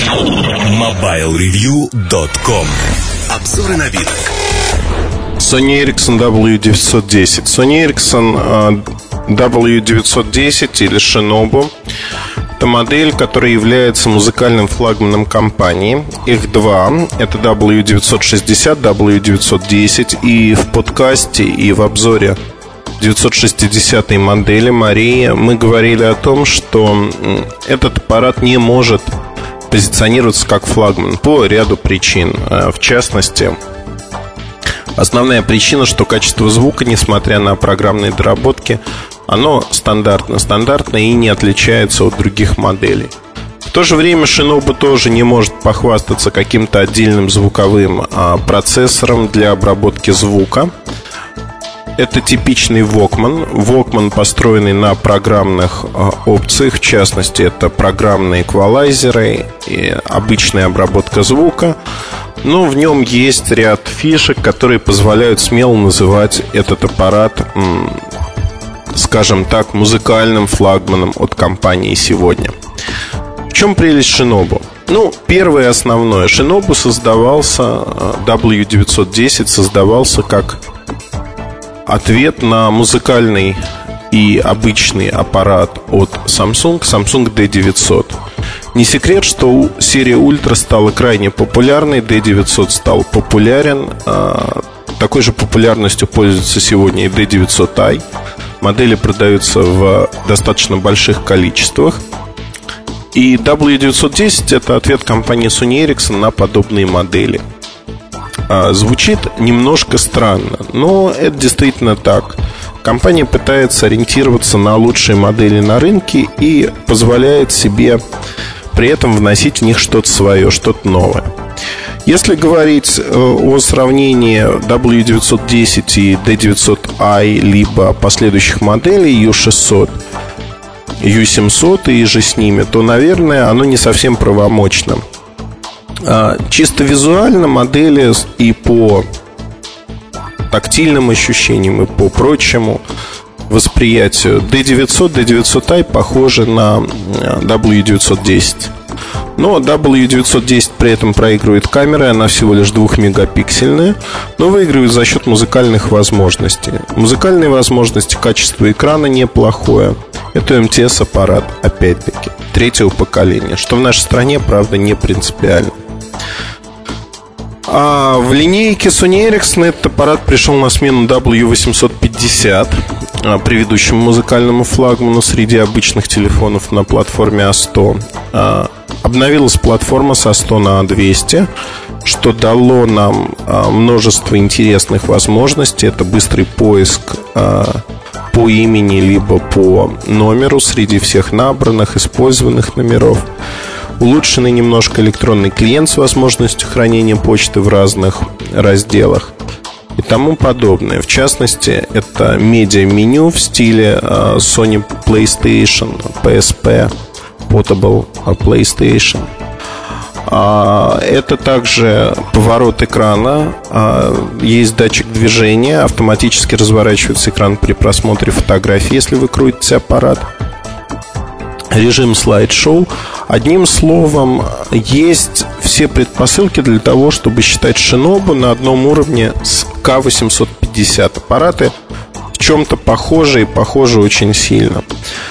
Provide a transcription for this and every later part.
MobileReview.com. Обзоры новинок. Sony Ericsson W910. Sony Ericsson W910 или Shinobu — это модель, которая является музыкальным флагманом компании. Их два. Это W960, W910. И в подкасте, и в обзоре 960 модели Марии мы говорили о том, что этот аппарат не может позиционироваться как флагман по ряду причин. В частности, основная причина, что качество звука, несмотря на программные доработки, оно стандартно и не отличается от других моделей. В то же время Shinobu тоже не может похвастаться каким-то отдельным звуковым процессором для обработки звука. Это типичный Walkman, построенный на программных опциях. В частности, это программные эквалайзеры и обычная обработка звука. Но в нем есть ряд фишек, которые позволяют смело называть этот аппарат, скажем так, музыкальным флагманом от компании сегодня. В чем прелесть Shinobu? Первое и основное. Shinobu W910 создавался как ответ на музыкальный и обычный аппарат от Samsung D900. Не секрет, что серия Ultra стала крайне популярной, D900 стал популярен. Такой же популярностью пользуется сегодня и D900i. Модели продаются в достаточно больших количествах. И W910 — это ответ компании Sony Ericsson на подобные модели. Звучит немножко странно, но это действительно так. Компания пытается ориентироваться на лучшие модели на рынке и позволяет себе при этом вносить в них что-то свое, что-то новое. Если говорить о сравнении W910 и D900i, либо последующих моделей U600, U700 и же с ними, то, наверное, оно не совсем правомочно. Чисто визуально модели и по тактильным ощущениям, и по прочему восприятию D900, D900i похожи на W910. Но W910 при этом проигрывает камерой. Она всего лишь 2-мегапиксельная, но выигрывает за счет музыкальных возможностей. Музыкальные возможности, качество экрана неплохое. Это МТС-аппарат, опять-таки, третьего поколения, что в нашей стране, правда, не принципиально. А в линейке Sony Ericsson этот аппарат пришел на смену W850, предыдущему музыкальному флагману среди обычных телефонов на платформе A100. Обновилась платформа с A100 на A200, что дало нам множество интересных возможностей. Это быстрый поиск по имени либо по номеру среди всех набранных, использованных номеров. Улучшенный немножко электронный клиент с возможностью хранения почты в разных разделах и тому подобное. В частности, это медиа-меню в стиле Sony PlayStation, PSP, Portable PlayStation. Это также поворот экрана. Есть датчик движения. Автоматически разворачивается экран при просмотре фотографий, если вы крутите аппарат. Режим слайд-шоу. Одним словом, есть все предпосылки для того, чтобы считать Shinobu на одном уровне с K850. Аппараты в чем-то похожи и похожи очень сильно.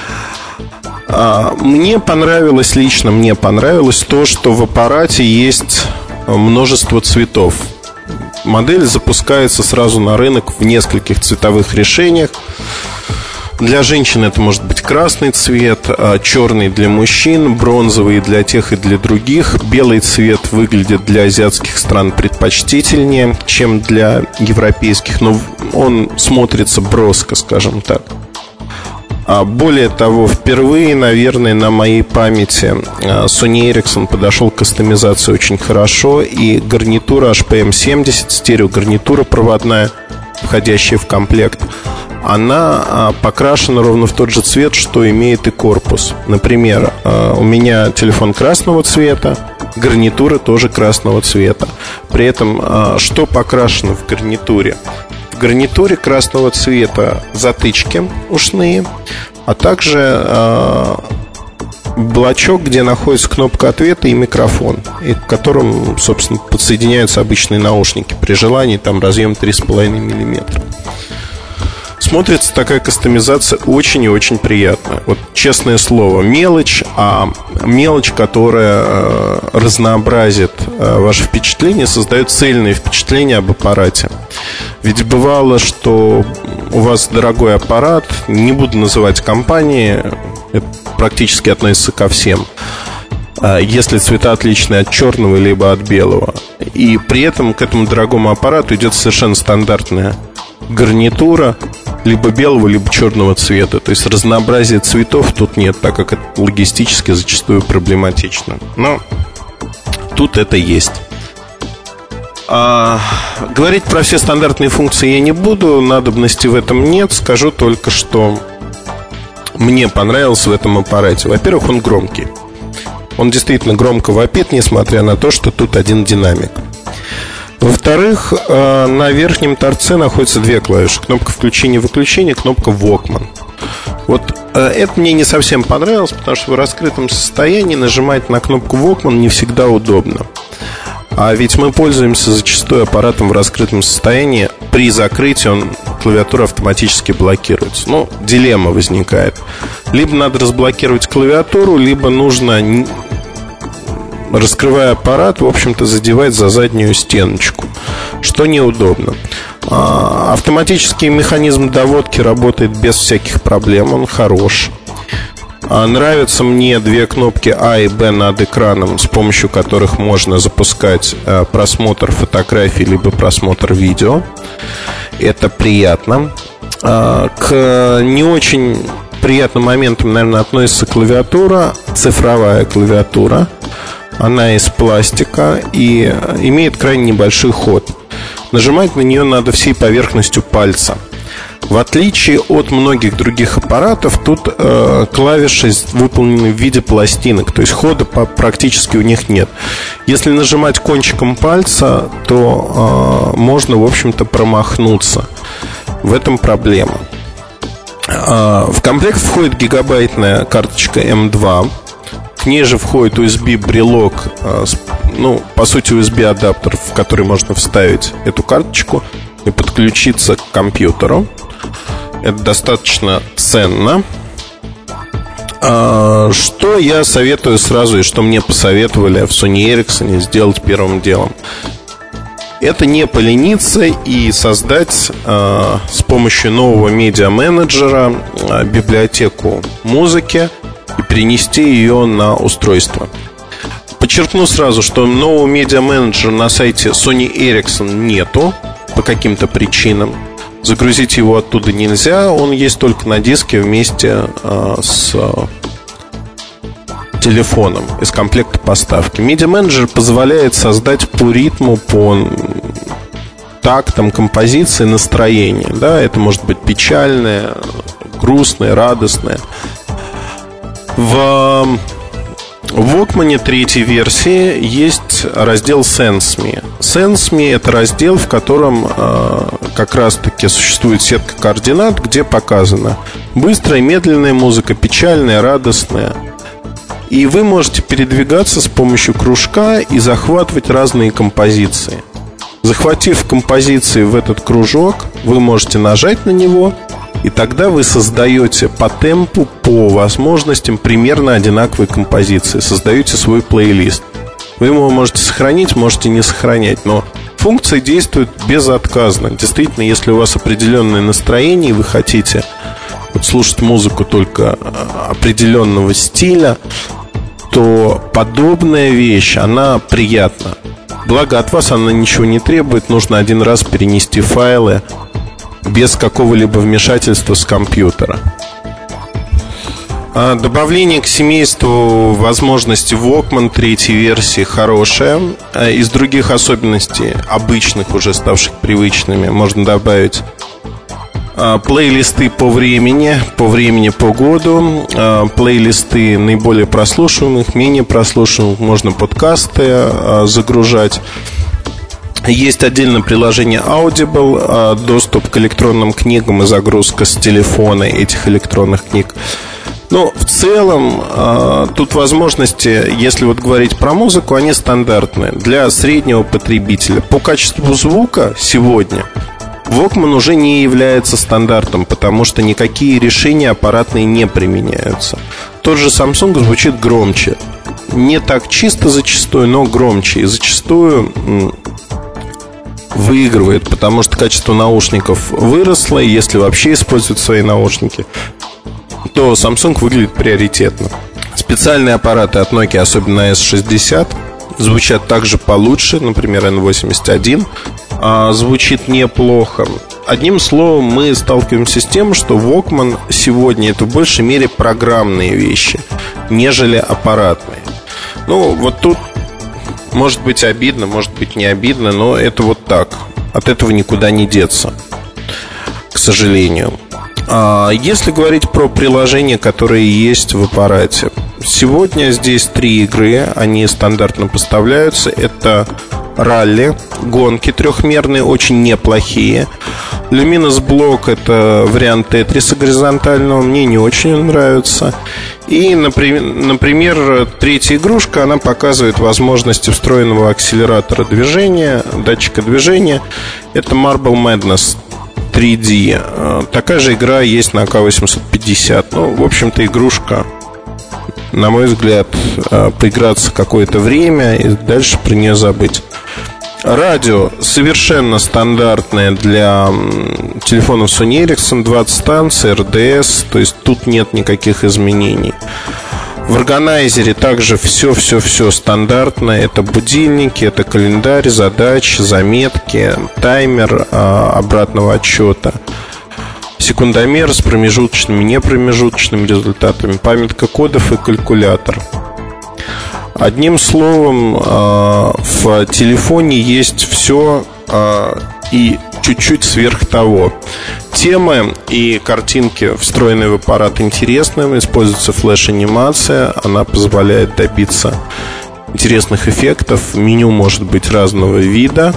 Мне понравилось то, что в аппарате есть множество цветов. Модель запускается сразу на рынок в нескольких цветовых решениях. Для женщин это может быть красный цвет, черный для мужчин, бронзовый для тех и для других. Белый цвет выглядит для азиатских стран предпочтительнее, чем для европейских, но он смотрится броско, скажем так. Более того, впервые, наверное, на моей памяти Sony Ericsson подошел к кастомизации очень хорошо. И гарнитура HPM70, стереогарнитура проводная, входящая в комплект, она покрашена ровно в тот же цвет, что имеет и корпус. Например, у меня телефон красного цвета, гарнитура тоже красного цвета. При этом, что покрашено в гарнитуре? В гарнитуре красного цвета затычки ушные, а также блочок, где находится кнопка ответа и микрофон, и к которому, собственно, подсоединяются обычные наушники. При желании там разъем 3,5 мм. Смотрится такая кастомизация очень и очень приятно. Вот честное слово, мелочь, а мелочь, которая разнообразит ваше впечатление, создает цельное впечатление об аппарате. Ведь бывало, что у вас дорогой аппарат, не буду называть компании, это практически относится ко всем, если цвета отличные от черного либо от белого. И при этом к этому дорогому аппарату идет совершенно стандартная гарнитура либо белого, либо черного цвета. То есть разнообразия цветов тут нет, так как это логистически зачастую проблематично. Но тут это есть. Говорить про все стандартные функции я не буду, надобности в этом нет. Скажу только, что мне понравилось в этом аппарате. Во-первых, он громкий. Он действительно громко вопит, несмотря на то, что тут один динамик. Во-вторых, на верхнем торце находятся две клавиши: кнопка включения-выключения, кнопка Walkman. Вот это мне не совсем понравилось, потому что в раскрытом состоянии нажимать на кнопку Walkman не всегда удобно. А ведь мы пользуемся зачастую аппаратом в раскрытом состоянии. При закрытии клавиатура автоматически блокируется. Ну, дилемма возникает. Либо надо разблокировать клавиатуру, либо нужно, раскрывая аппарат, в общем-то, задевать за заднюю стеночку, что неудобно. Автоматический механизм доводки работает без всяких проблем, он хорош. Нравятся мне две кнопки А и Б над экраном, с помощью которых можно запускать просмотр фотографий либо просмотр видео. Это приятно. К не очень приятным моментам, наверное, относится клавиатура, цифровая клавиатура. Она из пластика и имеет крайне небольшой ход. Нажимать на нее надо всей поверхностью пальца. В отличие от многих других аппаратов, тут клавиши выполнены в виде пластинок, то есть хода практически у них нет. Если нажимать кончиком пальца, то можно, в общем-то, промахнуться. В этом проблема. В комплект входит гигабайтная карточка M2. К ней же входит USB-брелок, ну, по сути, USB-адаптер, в который можно вставить эту карточку и подключиться к компьютеру. Это достаточно ценно. Что я советую сразу и что мне посоветовали в Sony Ericsson сделать первым делом? Это не полениться и создать с помощью нового медиа-менеджера библиотеку музыки и перенести ее на устройство. Подчеркну сразу, что нового медиа-менеджера на сайте Sony Ericsson нету по каким-то причинам. Загрузить его оттуда нельзя, он есть только на диске вместе с телефоном из комплекта поставки. Медиа-менеджер позволяет создать по ритму, по тактам композиции настроение. Да, это может быть печальное, грустное, радостное. В Walkman третьей версии есть раздел SenseMe. SenseMe — это раздел, в котором как раз-таки существует сетка координат, где показана быстрая, медленная музыка, печальная, радостная. И вы можете передвигаться с помощью кружка и захватывать разные композиции. Захватив композиции в этот кружок, вы можете нажать на него, и тогда вы создаете по темпу, по возможностям примерно одинаковые композиции. Создаете свой плейлист. Вы его можете сохранить, можете не сохранять, но функция действует безотказно. Действительно, если у вас определенное настроение, и вы хотите слушать музыку только определенного стиля, то подобная вещь, она приятна. Благо от вас она ничего не требует. Нужно один раз перенести файлы без какого-либо вмешательства с компьютера. Добавление к семейству возможностей Walkman третьей версии хорошее. Из других особенностей, обычных, уже ставших привычными, можно добавить плейлисты по времени, по году, плейлисты наиболее прослушиваемых, менее прослушиваемых, можно подкасты загружать. Есть отдельное приложение Audible, доступ к электронным книгам и загрузка с телефона этих электронных книг. Но в целом тут возможности, если вот говорить про музыку, они стандартные для среднего потребителя. По качеству звука сегодня Walkman уже не является стандартом, потому что никакие решения аппаратные не применяются. Тот же Samsung звучит громче. Не так чисто зачастую, но громче. И зачастую выигрывает, потому что качество наушников выросло. И если вообще используют свои наушники, то Samsung выглядит приоритетно. Специальные аппараты от Nokia, особенно S60, звучат также получше. Например, N81 звучит неплохо. Одним словом, мы сталкиваемся с тем, что Walkman сегодня это в большей мере программные вещи, нежели аппаратные. Ну, вот тут может быть обидно, может быть не обидно, но это вот так. От этого никуда не деться, к сожалению. Если говорить про приложения, которые есть в аппарате, сегодня здесь 3 игры, они стандартно поставляются. Это ралли, гонки трехмерные, очень неплохие. Luminous Block — это вариант тетриса горизонтального, мне не очень нравится. И, например, третья игрушка, она показывает возможности встроенного акселератора движения, датчика движения. Это Marble Madness 3D. Такая же игра есть на K850. Ну, в общем-то, игрушка, на мой взгляд, поиграться какое-то время и дальше про нее забыть. Радио совершенно стандартное для телефонов Sony Ericsson, 20 станций, RDS, то есть тут нет никаких изменений. В органайзере также все стандартное. Это будильники, это календарь задач, заметки, таймер обратного отсчета, секундомер с промежуточными и непромежуточными результатами, памятка кодов и калькулятор. Одним словом, в телефоне есть все и чуть-чуть сверх того. Темы и картинки, встроенные в аппарат, интересные. Используется флеш-анимация. Она позволяет добиться интересных эффектов. Меню может быть разного вида.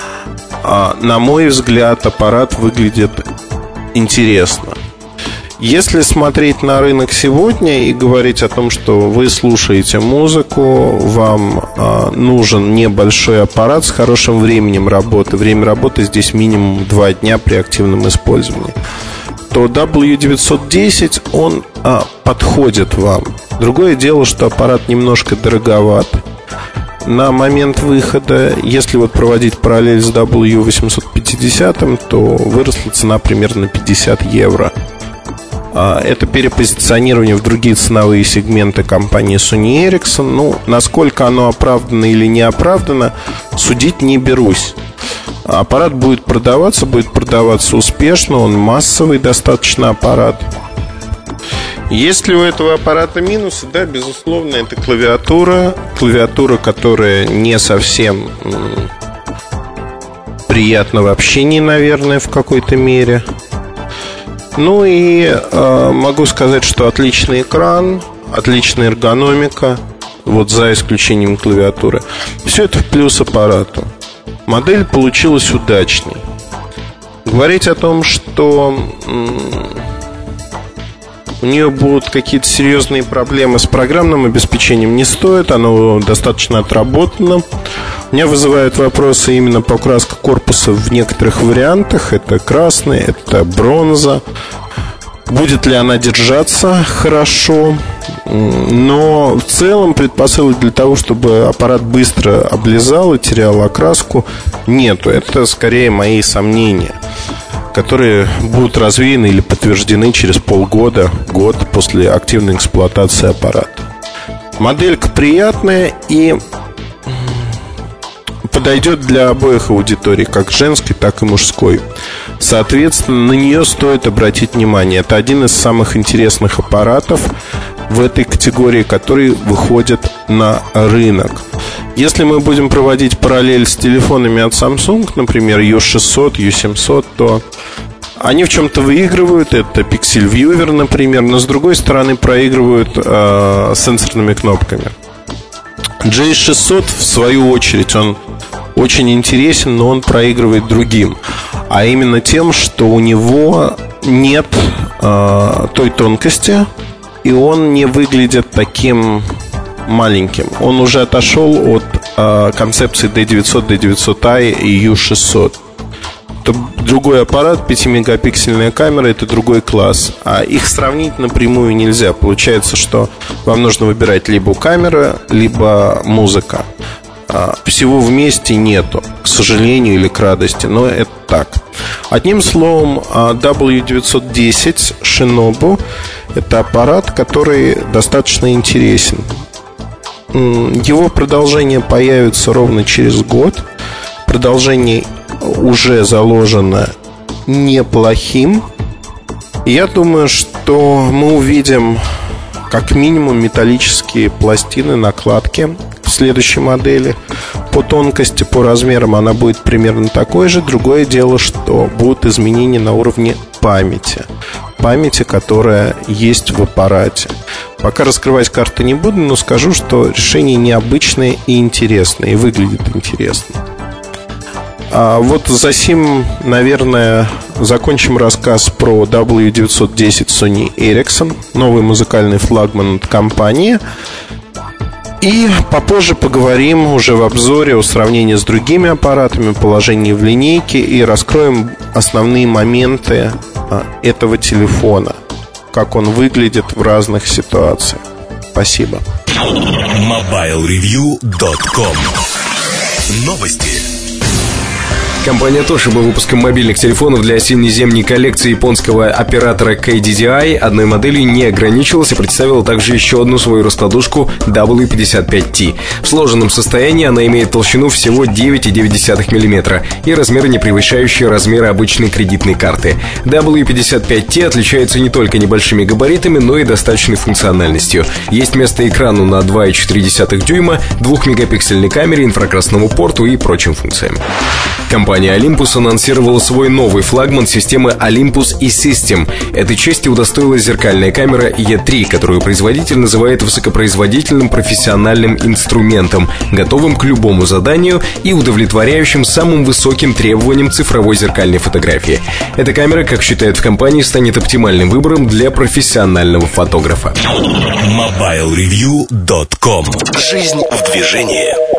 На мой взгляд, аппарат выглядит интересно. Если смотреть на рынок сегодня и говорить о том, что вы слушаете музыку, вам нужен небольшой аппарат с хорошим временем работы. Время работы здесь минимум 2 дня при активном использовании, то W910, он подходит вам. Другое дело, что аппарат немножко дороговат на момент выхода. Если вот проводить параллель с W850, то выросла цена примерно на 50 евро. Это перепозиционирование в другие ценовые сегменты компании Sony Ericsson. Ну, насколько оно оправдано или не оправдано, судить не берусь. Аппарат будет продаваться успешно. Он массовый достаточно аппарат. Есть ли у этого аппарата минусы? Да, безусловно, это клавиатура. Клавиатура, которая не совсем приятна в общении, наверное, в какой-то мере. Ну и могу сказать, что отличный экран, отличная эргономика, вот за исключением клавиатуры. Все это в плюс аппарату. Модель получилась удачной. Говорить о том, что у нее будут какие-то серьезные проблемы с программным обеспечением, не стоит. Оно достаточно отработано. Меня вызывают вопросы именно по окраске корпуса в некоторых вариантах. Это красный, это бронза. Будет ли она держаться хорошо? Но в целом предпосылок для того, чтобы аппарат быстро облезал и терял окраску, нету. Это скорее мои сомнения, которые будут развеяны или подтверждены через полгода, год после активной эксплуатации аппарата. Моделька приятная и подойдет для обоих аудиторий, как женской, так и мужской. Соответственно, на нее стоит обратить внимание. Это один из самых интересных аппаратов в этой категории, который выходит на рынок. Если мы будем проводить параллель с телефонами от Samsung, например, U600, U700, то они в чем-то выигрывают. Это Pixel Viewer, например, но с другой стороны проигрывают сенсорными кнопками. J600, в свою очередь, он очень интересен, но он проигрывает другим. А именно тем, что у него нет той тонкости и он не выглядит таким маленьким. Он уже отошел от концепции D900, D900i и U600. Это другой аппарат, 5-мегапиксельная камера, это другой класс. А их сравнить напрямую нельзя. Получается, что вам нужно выбирать либо камера, либо музыка. Всего вместе нету, к сожалению или к радости, но это так. Одним словом, W910 Shinobu — это аппарат, который достаточно интересен. Его продолжение появится ровно через год. Продолжение уже заложено неплохим. Я думаю, что мы увидим как минимум металлические пластины, накладки в следующей модели. По тонкости, по размерам она будет примерно такой же. Другое дело, что будут изменения на уровне памяти, которая есть в аппарате. Пока раскрывать карты не буду, но скажу, что решение необычное и интересное, и выглядит интересно. А вот за сим, наверное, закончим рассказ про W910 Sony Ericsson, новый музыкальный флагман от компании. И попозже поговорим уже в обзоре о сравнении с другими аппаратами, положении в линейке, и раскроем основные моменты этого телефона, как он выглядит в разных ситуациях. Спасибо. MobileReview.com. Новости. Компания Toshiba выпуском мобильных телефонов для осенне-зимней коллекции японского оператора KDDI одной моделью не ограничилась и представила также еще одну свою раскладушку W55T. В сложенном состоянии она имеет толщину всего 9,9 мм и размеры, не превышающие размеры обычной кредитной карты. W55T отличается не только небольшими габаритами, но и достаточной функциональностью. Есть место экрану на 2,4 дюйма, 2-мегапиксельной камере, инфракрасному порту и прочим функциям. Компания Olympus анонсировала свой новый флагман системы Olympus E-System. Этой чести удостоилась зеркальная камера E3, которую производитель называет высокопроизводительным профессиональным инструментом, готовым к любому заданию и удовлетворяющим самым высоким требованиям цифровой зеркальной фотографии. Эта камера, как считают в компании, станет оптимальным выбором для профессионального фотографа. MobileReview.com. Жизнь в движении.